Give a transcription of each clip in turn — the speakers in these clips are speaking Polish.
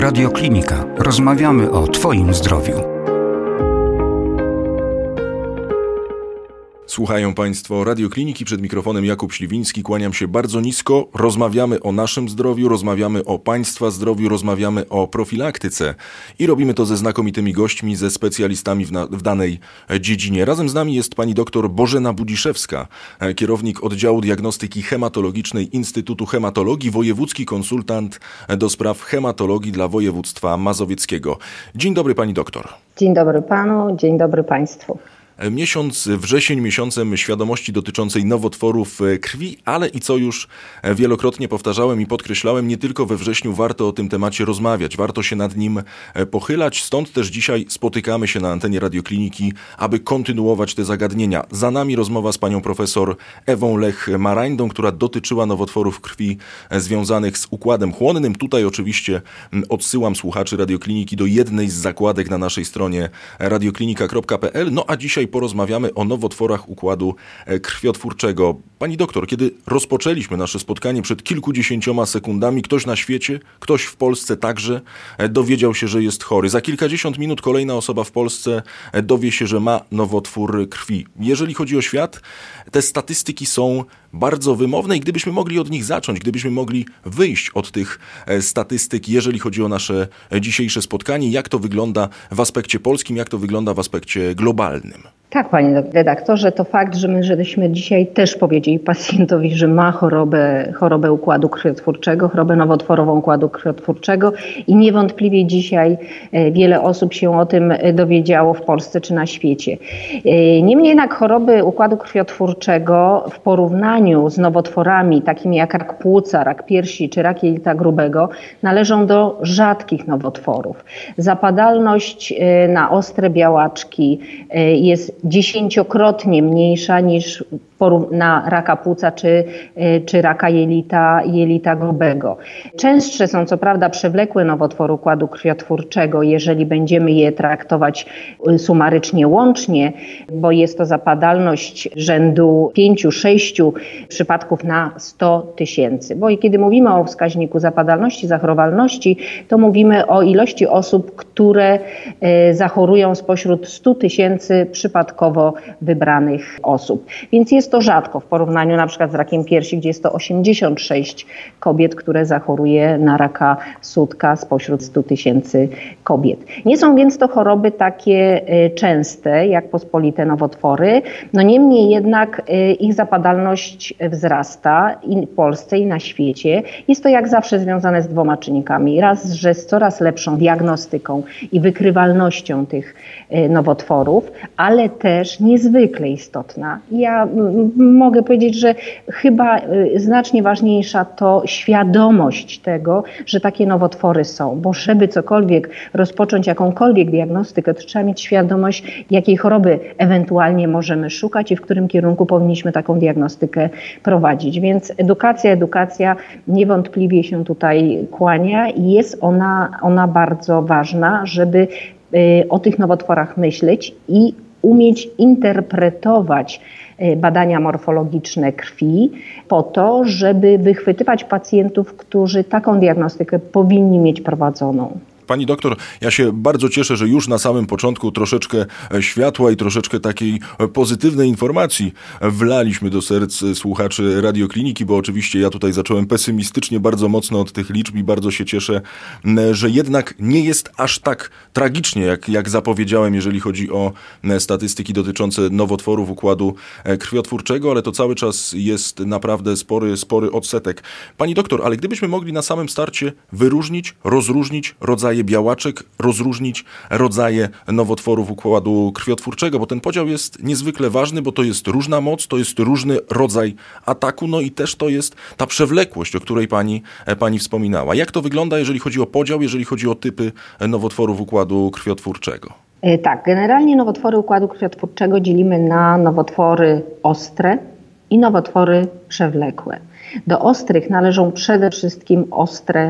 Radio Klinika. Rozmawiamy o Twoim zdrowiu. Słuchają Państwo Radiokliniki, przed mikrofonem Jakub Śliwiński, kłaniam się bardzo nisko. Rozmawiamy o naszym zdrowiu, rozmawiamy o Państwa zdrowiu, rozmawiamy o profilaktyce i robimy to ze znakomitymi gośćmi, ze specjalistami w danej dziedzinie. Razem z nami jest pani dr Bożena Budziszewska, kierownik oddziału diagnostyki hematologicznej Instytutu Hematologii, wojewódzki konsultant do spraw hematologii dla województwa mazowieckiego. Dzień dobry pani doktor. Dzień dobry panu, dzień dobry państwu. Miesiąc wrzesień, miesiącem świadomości dotyczącej nowotworów krwi, ale i co już wielokrotnie powtarzałem i podkreślałem, nie tylko we wrześniu warto o tym temacie rozmawiać, warto się nad nim pochylać, stąd też dzisiaj spotykamy się na antenie Radiokliniki, aby kontynuować te zagadnienia. Za nami rozmowa z panią profesor Ewą Lech-Marańdą, która dotyczyła nowotworów krwi związanych z układem chłonnym. Tutaj oczywiście odsyłam słuchaczy Radiokliniki do jednej z zakładek na naszej stronie radioklinika.pl. No a dzisiaj porozmawiamy o nowotworach układu krwiotwórczego. Pani doktor, kiedy rozpoczęliśmy nasze spotkanie przed kilkudziesięcioma sekundami, ktoś na świecie, ktoś w Polsce także dowiedział się, że jest chory. Za kilkadziesiąt minut kolejna osoba w Polsce dowie się, że ma nowotwór krwi. Jeżeli chodzi o świat, te statystyki są bardzo wymowne i gdybyśmy mogli od nich zacząć, gdybyśmy mogli wyjść od tych statystyk, jeżeli chodzi o nasze dzisiejsze spotkanie, jak to wygląda w aspekcie polskim, jak to wygląda w aspekcie globalnym. Tak, panie redaktorze, to fakt, żeśmy dzisiaj też powiedzieli pacjentowi, że ma chorobę układu krwiotwórczego, chorobę nowotworową układu krwiotwórczego i niewątpliwie dzisiaj wiele osób się o tym dowiedziało w Polsce czy na świecie. Niemniej jednak choroby układu krwiotwórczego w porównaniu z nowotworami takimi jak rak płuca, rak piersi czy rak jelita grubego należą do rzadkich nowotworów. Zapadalność na ostre białaczki jest 10-krotnie mniejsza niż na raka płuca czy raka jelita grubego. Częstsze są co prawda przewlekłe nowotwory układu krwiotwórczego, jeżeli będziemy je traktować sumarycznie łącznie, bo jest to zapadalność rzędu 5-6 przypadków na 100 tysięcy. Bo kiedy mówimy o wskaźniku zapadalności, zachorowalności, to mówimy o ilości osób, które zachorują spośród 100 tysięcy przypadkowo wybranych osób. Więc jest to rzadko w porównaniu na przykład z rakiem piersi, gdzie jest to 86 kobiet, które zachoruje na raka sutka spośród 100 tysięcy kobiet. Nie są więc to choroby takie częste jak pospolite nowotwory, no niemniej jednak ich zapadalność wzrasta i w Polsce i na świecie. Jest to jak zawsze związane z dwoma czynnikami. Raz, że z coraz lepszą diagnostyką i wykrywalnością tych nowotworów, ale też niezwykle istotna. Ja mogę powiedzieć, że chyba znacznie ważniejsza to świadomość tego, że takie nowotwory są, bo żeby cokolwiek rozpocząć, jakąkolwiek diagnostykę, to trzeba mieć świadomość, jakiej choroby ewentualnie możemy szukać i w którym kierunku powinniśmy taką diagnostykę prowadzić. Więc edukacja niewątpliwie się tutaj kłania i jest ona bardzo ważna, żeby o tych nowotworach myśleć i umieć interpretować badania morfologiczne krwi po to, żeby wychwytywać pacjentów, którzy taką diagnostykę powinni mieć prowadzoną. Pani doktor, ja się bardzo cieszę, że już na samym początku troszeczkę światła i troszeczkę takiej pozytywnej informacji wlaliśmy do serc słuchaczy Radiokliniki, bo oczywiście ja tutaj zacząłem pesymistycznie bardzo mocno od tych liczb i bardzo się cieszę, że jednak nie jest aż tak tragicznie, jak zapowiedziałem, jeżeli chodzi o statystyki dotyczące nowotworów układu krwiotwórczego, ale to cały czas jest naprawdę spory odsetek. Pani doktor, ale gdybyśmy mogli na samym starcie rozróżnić rodzaje białaczek, rozróżnić rodzaje nowotworów układu krwiotwórczego, bo ten podział jest niezwykle ważny, bo to jest różna moc, to jest różny rodzaj ataku, no i też to jest ta przewlekłość, o której pani wspominała. Jak to wygląda, jeżeli chodzi o podział, jeżeli chodzi o typy nowotworów układu krwiotwórczego? Tak, generalnie nowotwory układu krwiotwórczego dzielimy na nowotwory ostre i nowotwory przewlekłe. Do ostrych należą przede wszystkim ostre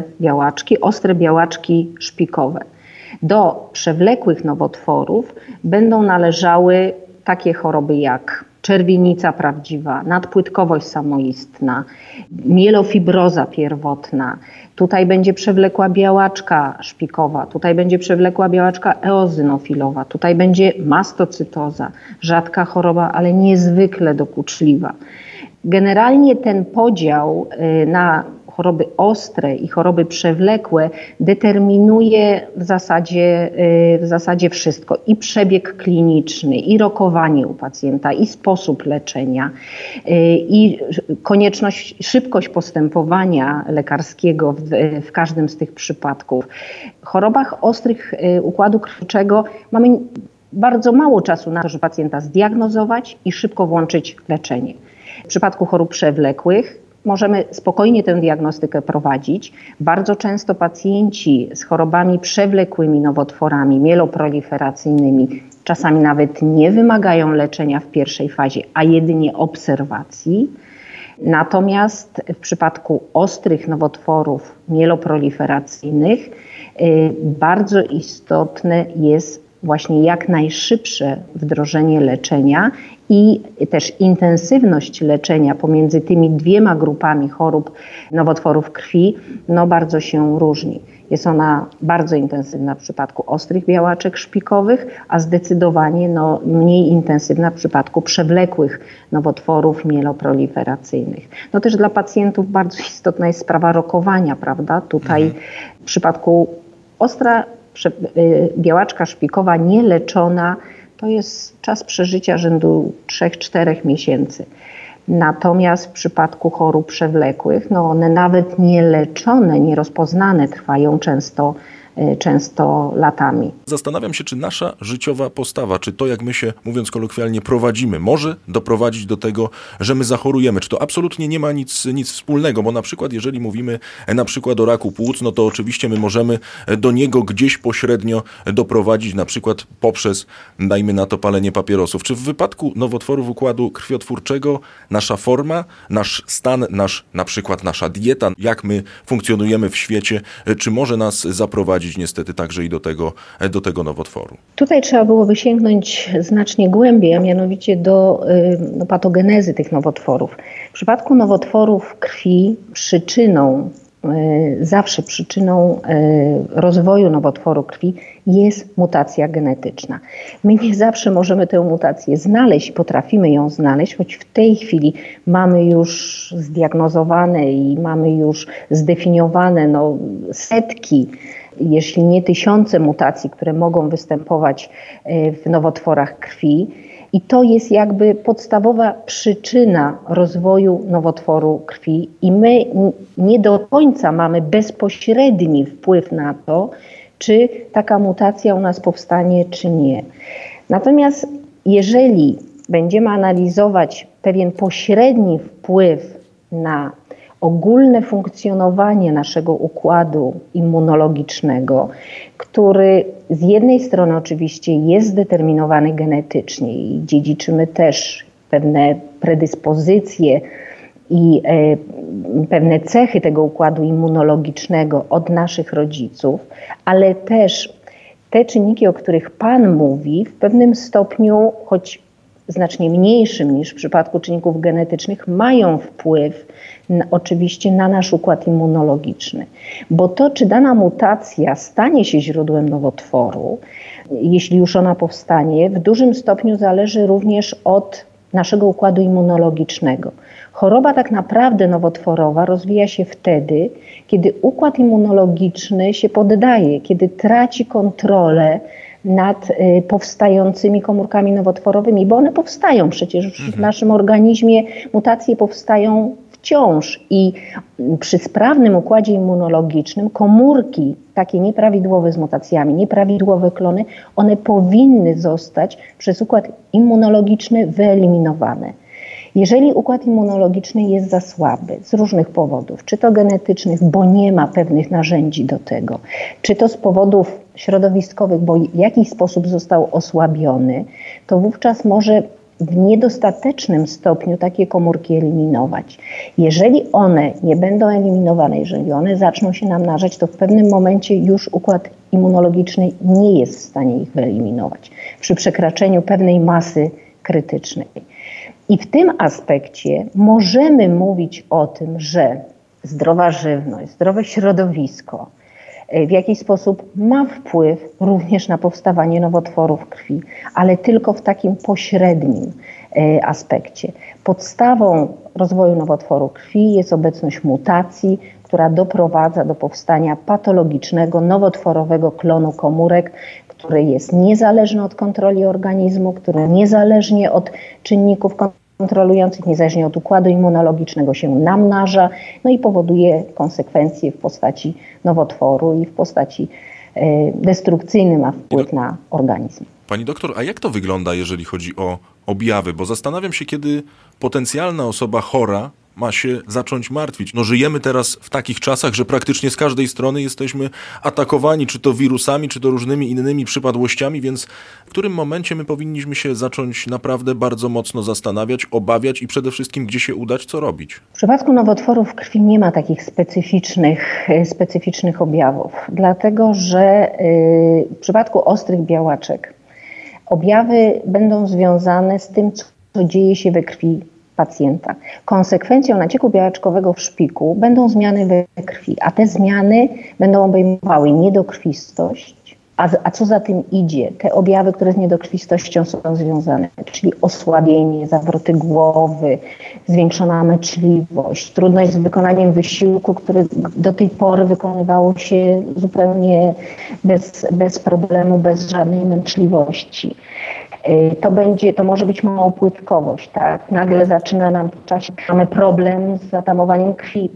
białaczki szpikowe. Do przewlekłych nowotworów będą należały takie choroby jak czerwienica prawdziwa, nadpłytkowość samoistna, mielofibroza pierwotna, Tutaj będzie przewlekła białaczka szpikowa, tutaj będzie przewlekła białaczka eozynofilowa, tutaj będzie mastocytoza, rzadka choroba, ale niezwykle dokuczliwa. Generalnie ten podział na choroby ostre i choroby przewlekłe determinuje w zasadzie wszystko. I przebieg kliniczny, i rokowanie u pacjenta, i sposób leczenia, i konieczność, szybkość postępowania lekarskiego w każdym z tych przypadków. W chorobach ostrych układu krwionośnego mamy bardzo mało czasu na to, żeby pacjenta zdiagnozować i szybko włączyć leczenie. W przypadku chorób przewlekłych możemy spokojnie tę diagnostykę prowadzić. Bardzo często pacjenci z chorobami przewlekłymi nowotworami mieloproliferacyjnymi czasami nawet nie wymagają leczenia w pierwszej fazie, a jedynie obserwacji. Natomiast w przypadku ostrych nowotworów mieloproliferacyjnych bardzo istotne jest właśnie jak najszybsze wdrożenie leczenia i też intensywność leczenia pomiędzy tymi dwiema grupami chorób nowotworów krwi bardzo się różni. Jest ona bardzo intensywna w przypadku ostrych białaczek szpikowych, a zdecydowanie mniej intensywna w przypadku przewlekłych nowotworów mieloproliferacyjnych. Też dla pacjentów bardzo istotna jest sprawa rokowania, prawda? Tutaj w przypadku ostra białaczka szpikowa nieleczona to jest czas przeżycia rzędu 3-4 miesięcy. Natomiast w przypadku chorób przewlekłych, one nawet nieleczone, nierozpoznane trwają często latami. Zastanawiam się, czy nasza życiowa postawa, czy to, jak my się, mówiąc kolokwialnie, prowadzimy, może doprowadzić do tego, że my zachorujemy. Czy to absolutnie nie ma nic wspólnego, bo na przykład, jeżeli mówimy na przykład o raku płuc, to oczywiście my możemy do niego gdzieś pośrednio doprowadzić, na przykład poprzez, dajmy na to, palenie papierosów. Czy w wypadku nowotworów układu krwiotwórczego nasza forma, nasz stan, na przykład nasza dieta, jak my funkcjonujemy w świecie, czy może nas zaprowadzić niestety także i do tego nowotworu? Tutaj trzeba byłoby sięgnąć znacznie głębiej, a mianowicie do patogenezy tych nowotworów. W przypadku nowotworów krwi zawsze przyczyną rozwoju nowotworu krwi jest mutacja genetyczna. My nie zawsze możemy tę mutację znaleźć, potrafimy ją znaleźć, choć w tej chwili mamy już zdiagnozowane i mamy już zdefiniowane setki, jeśli nie tysiące mutacji, które mogą występować w nowotworach krwi. I to jest jakby podstawowa przyczyna rozwoju nowotworu krwi i my nie do końca mamy bezpośredni wpływ na to, czy taka mutacja u nas powstanie, czy nie. Natomiast jeżeli będziemy analizować pewien pośredni wpływ na ogólne funkcjonowanie naszego układu immunologicznego, który z jednej strony oczywiście jest zdeterminowany genetycznie i dziedziczymy też pewne predyspozycje i pewne cechy tego układu immunologicznego od naszych rodziców, ale też te czynniki, o których Pan mówi, w pewnym stopniu, choć znacznie mniejszym niż w przypadku czynników genetycznych, mają wpływ oczywiście na nasz układ immunologiczny. Bo to, czy dana mutacja stanie się źródłem nowotworu, jeśli już ona powstanie, w dużym stopniu zależy również od naszego układu immunologicznego. Choroba tak naprawdę nowotworowa rozwija się wtedy, kiedy układ immunologiczny się poddaje, kiedy traci kontrolę nad powstającymi komórkami nowotworowymi, bo one powstają przecież w naszym organizmie, mutacje powstają wciąż i przy sprawnym układzie immunologicznym komórki takie nieprawidłowe z mutacjami, nieprawidłowe klony, one powinny zostać przez układ immunologiczny wyeliminowane. Jeżeli układ immunologiczny jest za słaby z różnych powodów, czy to genetycznych, bo nie ma pewnych narzędzi do tego, czy to z powodów środowiskowych, bo w jakiś sposób został osłabiony, to wówczas może w niedostatecznym stopniu takie komórki eliminować. Jeżeli one nie będą eliminowane, jeżeli one zaczną się namnażać, to w pewnym momencie już układ immunologiczny nie jest w stanie ich wyeliminować przy przekraczaniu pewnej masy krytycznej. I w tym aspekcie możemy mówić o tym, że zdrowa żywność, zdrowe środowisko w jakiś sposób ma wpływ również na powstawanie nowotworów krwi, ale tylko w takim pośrednim aspekcie. Podstawą rozwoju nowotworu krwi jest obecność mutacji, która doprowadza do powstania patologicznego, nowotworowego klonu komórek, który jest niezależny od kontroli organizmu, który niezależnie od czynników kontrolujących, niezależnie od układu immunologicznego się namnaża, no i powoduje konsekwencje w postaci nowotworu i w postaci destrukcyjny ma wpływ na organizm. Pani doktor, a jak to wygląda, jeżeli chodzi o objawy? Bo zastanawiam się, kiedy potencjalna osoba chora ma się zacząć martwić. No żyjemy teraz w takich czasach, że praktycznie z każdej strony jesteśmy atakowani, czy to wirusami, czy to różnymi innymi przypadłościami, więc w którym momencie my powinniśmy się zacząć naprawdę bardzo mocno zastanawiać, obawiać i przede wszystkim gdzie się udać, co robić? W przypadku nowotworów krwi nie ma takich specyficznych objawów, dlatego że w przypadku ostrych białaczek objawy będą związane z tym, co dzieje się we krwi pacjenta. Konsekwencją nacieku białaczkowego w szpiku będą zmiany we krwi, a te zmiany będą obejmowały niedokrwistość, a co za tym idzie, te objawy, które z niedokrwistością są związane, czyli osłabienie, zawroty głowy, zwiększona męczliwość, trudność z wykonaniem wysiłku, który do tej pory wykonywało się zupełnie bez problemu, bez żadnej męczliwości. To może być małopłytkowość, tak? Nagle zaczyna nam w czasie, mamy problem z zatamowaniem krwi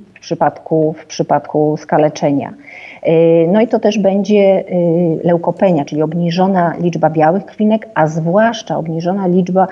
w przypadku skaleczenia. No i to też będzie leukopenia, czyli obniżona liczba białych krwinek, a zwłaszcza obniżona liczba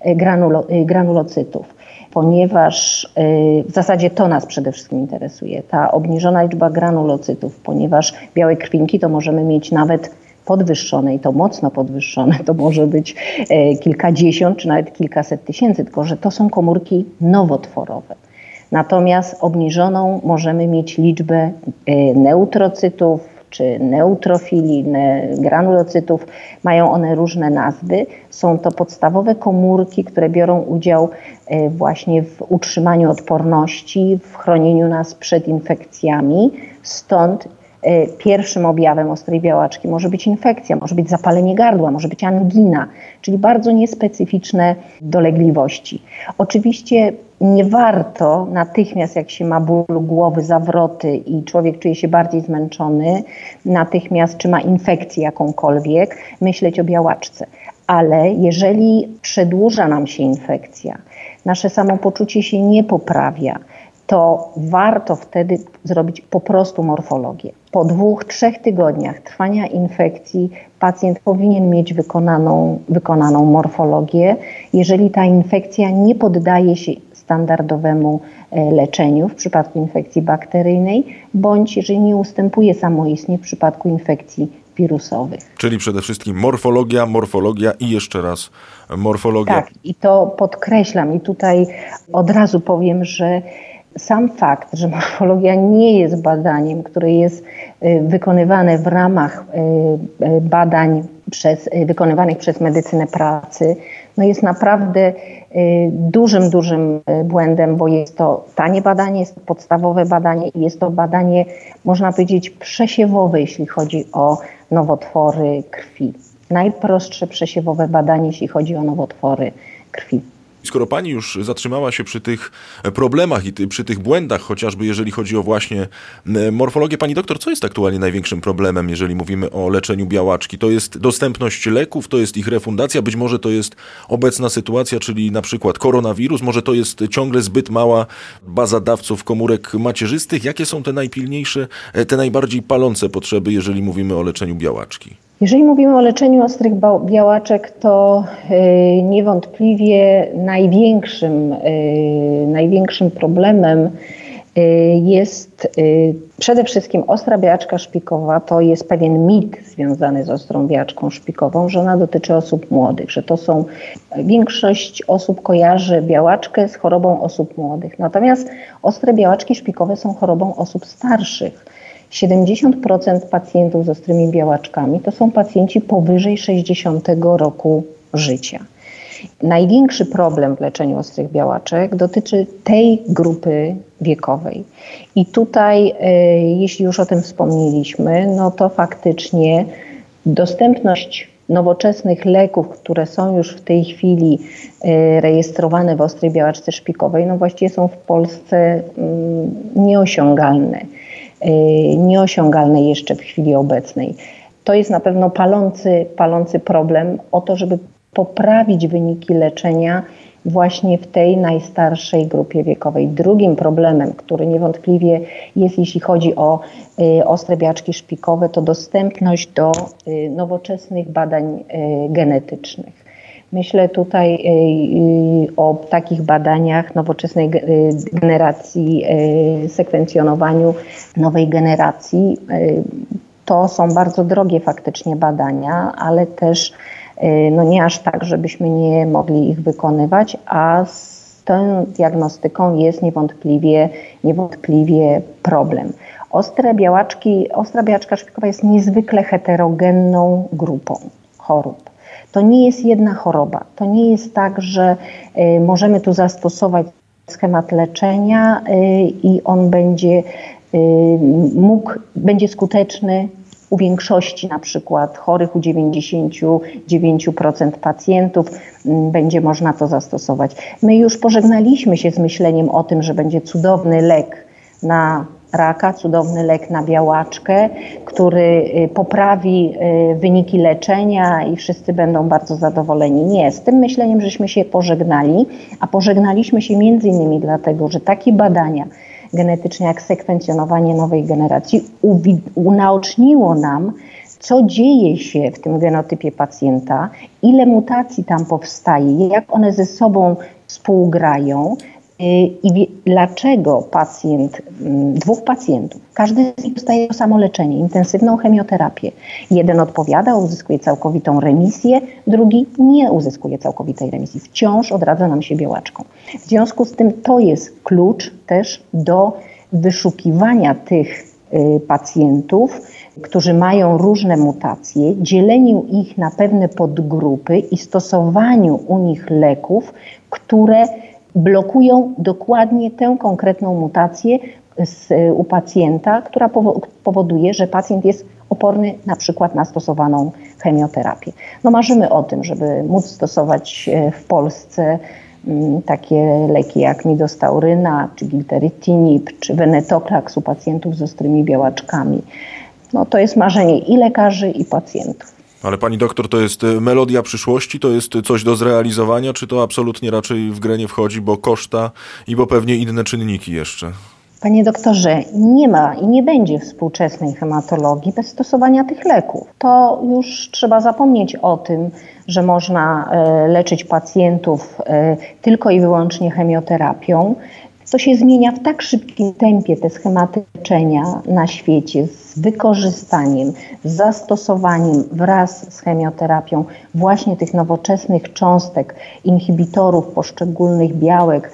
granulocytów, ponieważ w zasadzie to nas przede wszystkim interesuje, ta obniżona liczba granulocytów, ponieważ białe krwinki to możemy mieć nawet podwyższone i to mocno podwyższone, to może być kilkadziesiąt czy nawet kilkaset tysięcy, tylko że to są komórki nowotworowe. Natomiast obniżoną możemy mieć liczbę neutrocytów czy neutrofili, granulocytów. Mają one różne nazwy. Są to podstawowe komórki, które biorą udział właśnie w utrzymaniu odporności, w chronieniu nas przed infekcjami. Stąd pierwszym objawem ostrej białaczki może być infekcja, może być zapalenie gardła, może być angina, czyli bardzo niespecyficzne dolegliwości. Oczywiście nie warto natychmiast, jak się ma ból głowy, zawroty i człowiek czuje się bardziej zmęczony, natychmiast czy ma infekcję jakąkolwiek, myśleć o białaczce. Ale jeżeli przedłuża nam się infekcja, nasze samopoczucie się nie poprawia, to warto wtedy zrobić po prostu morfologię. Po 2-3 tygodniach trwania infekcji pacjent powinien mieć wykonaną morfologię. Jeżeli ta infekcja nie poddaje się standardowemu leczeniu w przypadku infekcji bakteryjnej, bądź jeżeli nie ustępuje samoistnie w przypadku infekcji wirusowych. Czyli przede wszystkim morfologia i jeszcze raz morfologia. Tak, i to podkreślam i tutaj od razu powiem, że sam fakt, że morfologia nie jest badaniem, które jest wykonywane w ramach badań wykonywanych przez medycynę pracy, no jest naprawdę dużym błędem, bo jest to tanie badanie, jest to podstawowe badanie i jest to badanie, można powiedzieć, przesiewowe, jeśli chodzi o nowotwory krwi. Najprostsze przesiewowe badanie, jeśli chodzi o nowotwory krwi. Skoro pani już zatrzymała się przy tych problemach i przy tych błędach, chociażby jeżeli chodzi o właśnie morfologię, pani doktor, co jest aktualnie największym problemem, jeżeli mówimy o leczeniu białaczki? To jest dostępność leków, to jest ich refundacja, być może to jest obecna sytuacja, czyli na przykład koronawirus, może to jest ciągle zbyt mała baza dawców komórek macierzystych. Jakie są te najpilniejsze, te najbardziej palące potrzeby, jeżeli mówimy o leczeniu białaczki? Jeżeli mówimy o leczeniu ostrych białaczek, to niewątpliwie największym problemem jest przede wszystkim ostra białaczka szpikowa. To jest pewien mit związany z ostrą białaczką szpikową, że ona dotyczy osób młodych, że to są, większość osób kojarzy białaczkę z chorobą osób młodych. Natomiast ostre białaczki szpikowe są chorobą osób starszych. 70% pacjentów z ostrymi białaczkami to są pacjenci powyżej 60 roku życia. Największy problem w leczeniu ostrych białaczek dotyczy tej grupy wiekowej. I tutaj, jeśli już o tym wspomnieliśmy, no to faktycznie dostępność nowoczesnych leków, które są już w tej chwili rejestrowane w ostrej białaczce szpikowej, no właściwie są w Polsce nieosiągalne jeszcze w chwili obecnej. To jest na pewno palący problem o to, żeby poprawić wyniki leczenia właśnie w tej najstarszej grupie wiekowej. Drugim problemem, który niewątpliwie jest, jeśli chodzi o ostre białaczki szpikowe, to dostępność do nowoczesnych badań genetycznych. Myślę tutaj o takich badaniach nowoczesnej generacji, sekwencjonowaniu nowej generacji. To są bardzo drogie faktycznie badania, ale też nie aż tak, żebyśmy nie mogli ich wykonywać, a z tą diagnostyką jest niewątpliwie problem. Ostra białaczka szpikowa jest niezwykle heterogenną grupą chorób. To nie jest jedna choroba. To nie jest tak, że możemy tu zastosować schemat leczenia i on będzie skuteczny u większości na przykład chorych, u 99% pacjentów będzie można to zastosować. My już pożegnaliśmy się z myśleniem o tym, że będzie cudowny lek na raka, cudowny lek na białaczkę, który poprawi wyniki leczenia i wszyscy będą bardzo zadowoleni. Nie, z tym myśleniem żeśmy się pożegnali, a pożegnaliśmy się między innymi dlatego, że takie badania genetyczne jak sekwencjonowanie nowej generacji unaoczniło nam, co dzieje się w tym genotypie pacjenta, ile mutacji tam powstaje, jak one ze sobą współgrają i dlaczego dwóch pacjentów, każdy z nich dostaje to samo leczenie, intensywną chemioterapię. Jeden odpowiada, uzyskuje całkowitą remisję, drugi nie uzyskuje całkowitej remisji. Wciąż odradza nam się białaczką. W związku z tym to jest klucz też do wyszukiwania tych pacjentów, którzy mają różne mutacje, dzieleniu ich na pewne podgrupy i stosowaniu u nich leków, które blokują dokładnie tę konkretną mutację u pacjenta, która powoduje, że pacjent jest oporny na przykład na stosowaną chemioterapię. Marzymy o tym, żeby móc stosować w Polsce takie leki jak midostauryna, czy gilteritinib, czy venetoclax u pacjentów z ostrymi białaczkami. To jest marzenie i lekarzy, i pacjentów. Ale pani doktor, to jest melodia przyszłości? To jest coś do zrealizowania? Czy to absolutnie raczej w grę nie wchodzi, bo koszta i bo pewnie inne czynniki jeszcze? Panie doktorze, nie ma i nie będzie współczesnej hematologii bez stosowania tych leków. To już trzeba zapomnieć o tym, że można leczyć pacjentów tylko i wyłącznie chemioterapią. To się zmienia w tak szybkim tempie, te schematy leczenia na świecie, z wykorzystaniem, z zastosowaniem wraz z chemioterapią właśnie tych nowoczesnych cząstek, inhibitorów poszczególnych białek,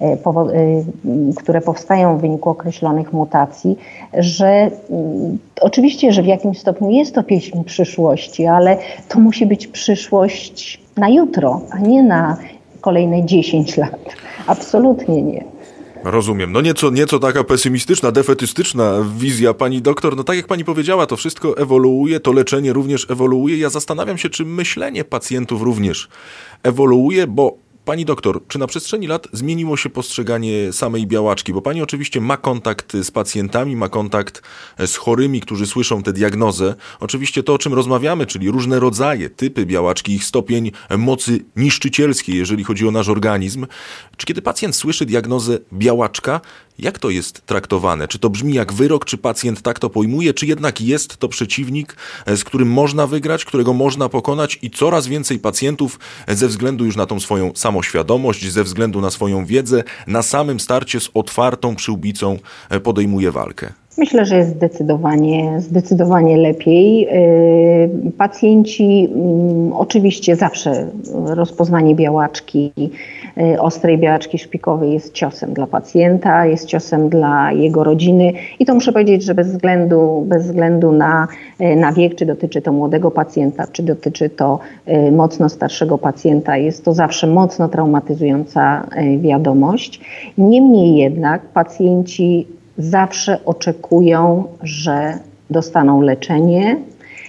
które powstają w wyniku określonych mutacji, że oczywiście, że w jakimś stopniu jest to pieśń przyszłości, ale to musi być przyszłość na jutro, a nie na kolejne 10 lat. Absolutnie nie. Rozumiem. Nieco taka pesymistyczna, defetystyczna wizja pani doktor. Tak jak pani powiedziała, to wszystko ewoluuje, to leczenie również ewoluuje. Ja zastanawiam się, czy myślenie pacjentów również ewoluuje, bo pani doktor, czy na przestrzeni lat zmieniło się postrzeganie samej białaczki? Bo pani oczywiście ma kontakt z pacjentami, ma kontakt z chorymi, którzy słyszą tę diagnozę. Oczywiście to, o czym rozmawiamy, czyli różne rodzaje, typy białaczki, ich stopień mocy niszczycielskiej, jeżeli chodzi o nasz organizm. Czy kiedy pacjent słyszy diagnozę białaczka, jak to jest traktowane? Czy to brzmi jak wyrok, czy pacjent tak to pojmuje, czy jednak jest to przeciwnik, z którym można wygrać, którego można pokonać i coraz więcej pacjentów ze względu już na tą swoją samoświadomość, ze względu na swoją wiedzę, na samym starcie z otwartą przyłbicą podejmuje walkę? Myślę, że jest zdecydowanie lepiej. Pacjenci oczywiście zawsze rozpoznanie białaczki, ostrej białaczki szpikowej jest ciosem dla pacjenta, jest ciosem dla jego rodziny i to muszę powiedzieć, że bez względu na wiek, czy dotyczy to młodego pacjenta, czy dotyczy to mocno starszego pacjenta, jest to zawsze mocno traumatyzująca wiadomość. Niemniej jednak pacjenci zawsze oczekują, że dostaną leczenie,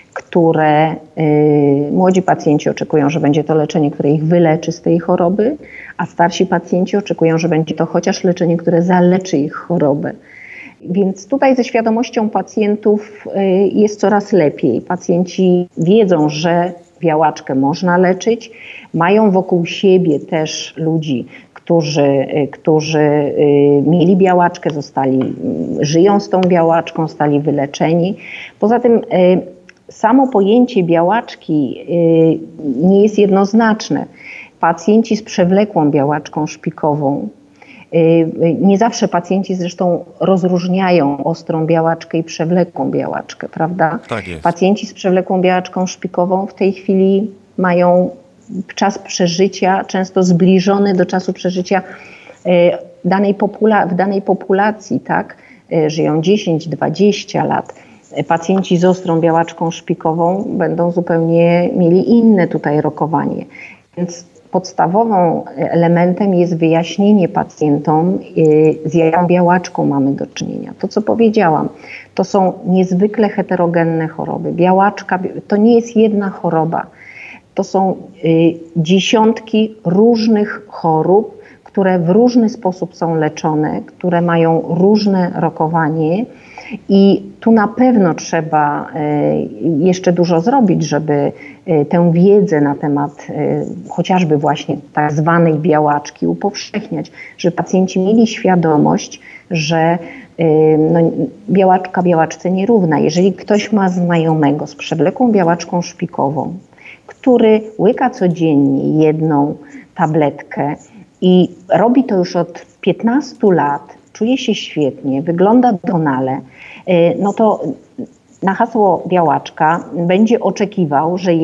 młodzi pacjenci oczekują, że będzie to leczenie, które ich wyleczy z tej choroby, a starsi pacjenci oczekują, że będzie to chociaż leczenie, które zaleczy ich chorobę. Więc tutaj ze świadomością pacjentów jest coraz lepiej. Pacjenci wiedzą, że białaczkę można leczyć, mają wokół siebie też ludzi, którzy mieli białaczkę, żyją z tą białaczką, zostali wyleczeni. Poza tym samo pojęcie białaczki nie jest jednoznaczne. Pacjenci z przewlekłą białaczką szpikową, nie zawsze pacjenci zresztą rozróżniają ostrą białaczkę i przewlekłą białaczkę, prawda? Tak jest. Pacjenci z przewlekłą białaczką szpikową w tej chwili mają czas przeżycia często zbliżony do czasu przeżycia w danej populacji, tak? Żyją 10-20 lat. Pacjenci z ostrą białaczką szpikową będą zupełnie mieli inne tutaj rokowanie. Więc podstawowym elementem jest wyjaśnienie pacjentom, z jaką białaczką mamy do czynienia. To, co powiedziałam, to są niezwykle heterogenne choroby. Białaczka to nie jest jedna choroba. To są dziesiątki różnych chorób, które w różny sposób są leczone, które mają różne rokowanie i tu na pewno trzeba jeszcze dużo zrobić, żeby tę wiedzę na temat chociażby właśnie tak zwanej białaczki upowszechniać, żeby pacjenci mieli świadomość, że białaczka białaczce nierówna. Jeżeli ktoś ma znajomego z przewlekłą białaczką szpikową, który łyka codziennie jedną tabletkę i robi to już od 15 lat, czuje się świetnie, wygląda doskonale, no to na hasło białaczka będzie oczekiwał, że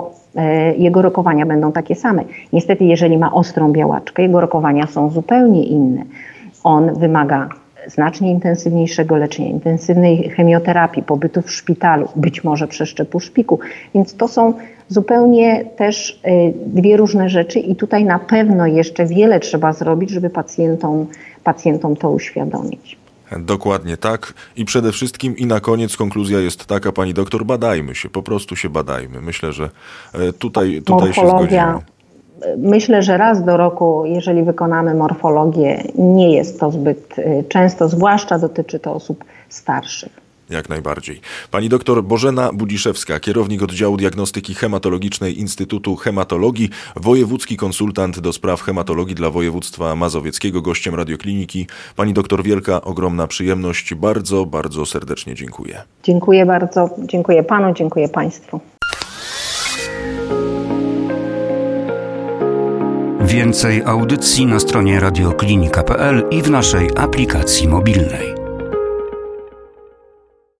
jego rokowania będą takie same. Niestety, jeżeli ma ostrą białaczkę, jego rokowania są zupełnie inne. On wymaga znacznie intensywniejszego leczenia, intensywnej chemioterapii, pobytu w szpitalu, być może przeszczepu szpiku. Więc to są zupełnie też dwie różne rzeczy i tutaj na pewno jeszcze wiele trzeba zrobić, żeby pacjentom to uświadomić. Dokładnie tak. I przede wszystkim i na koniec konkluzja jest taka, pani doktor, badajmy się, po prostu się badajmy. Myślę, że tutaj się zgodzimy. Myślę, że raz do roku, jeżeli wykonamy morfologię, nie jest to zbyt często, zwłaszcza dotyczy to osób starszych. Jak najbardziej. Pani doktor Bożena Budziszewska, kierownik oddziału diagnostyki hematologicznej Instytutu Hematologii, wojewódzki konsultant do spraw hematologii dla województwa mazowieckiego, gościem Radiokliniki. Pani doktor, wielka, ogromna przyjemność. Bardzo, bardzo serdecznie dziękuję. Dziękuję bardzo. Dziękuję panu, dziękuję państwu. Więcej audycji na stronie radioklinika.pl i w naszej aplikacji mobilnej.